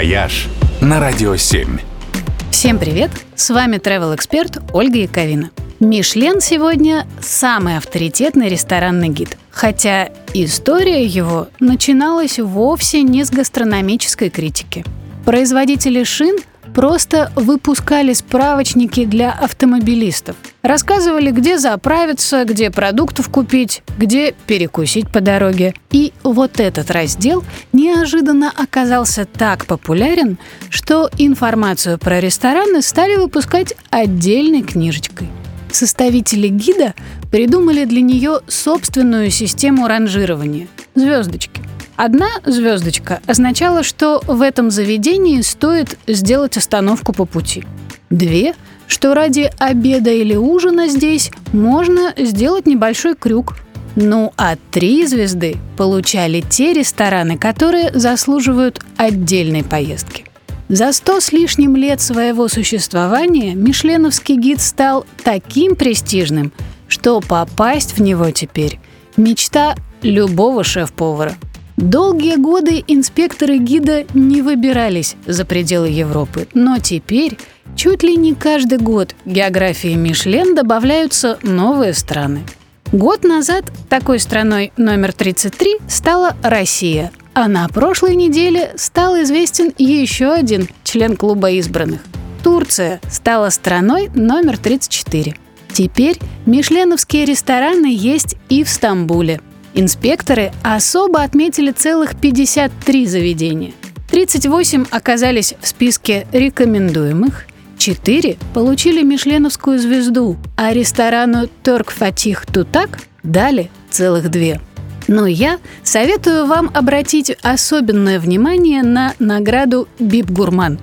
«Вояж» на Радио 7. Всем привет! С вами travel-эксперт Ольга Яковина. Мишлен сегодня самый авторитетный ресторанный гид. Хотя история его начиналась вовсе не с гастрономической критики. Производители шин просто выпускали справочники для автомобилистов. Рассказывали, где заправиться, где продуктов купить, где перекусить по дороге. И вот этот раздел неожиданно оказался так популярен, что информацию про рестораны стали выпускать отдельной книжечкой. Составители гида придумали для нее собственную систему ранжирования – звездочки. Одна звездочка означала, что в этом заведении стоит сделать остановку по пути. Две, что ради обеда или ужина здесь можно сделать небольшой крюк. Ну а 3 звезды получали те рестораны, которые заслуживают отдельной поездки. За 100 с лишним лет своего существования мишленовский гид стал таким престижным, что попасть в него теперь – мечта любого шеф-повара. Долгие годы инспекторы гида не выбирались за пределы Европы, но теперь чуть ли не каждый год к географии Мишлен добавляются новые страны. Год назад такой страной номер 33 стала Россия, а на прошлой неделе стал известен еще один член клуба избранных. Турция стала страной номер 34. Теперь мишленовские рестораны есть и в Стамбуле. Инспекторы особо отметили целых 53 заведения. 38 оказались в списке рекомендуемых, 4 получили мишленовскую звезду, а ресторану Торк Фатих Тутак дали целых 2. Но я советую вам обратить особенное внимание на награду Бип-Гурман.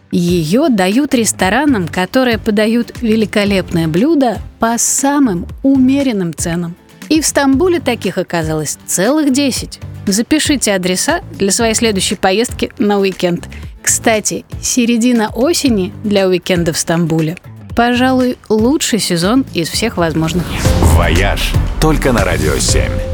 Ее дают ресторанам, которые подают великолепные блюда по самым умеренным ценам. И в Стамбуле таких оказалось целых 10. Запишите адреса для своей следующей поездки на уикенд. Кстати, середина осени для уикенда в Стамбуле – пожалуй, лучший сезон из всех возможных. «Вояж» только на Радио 7.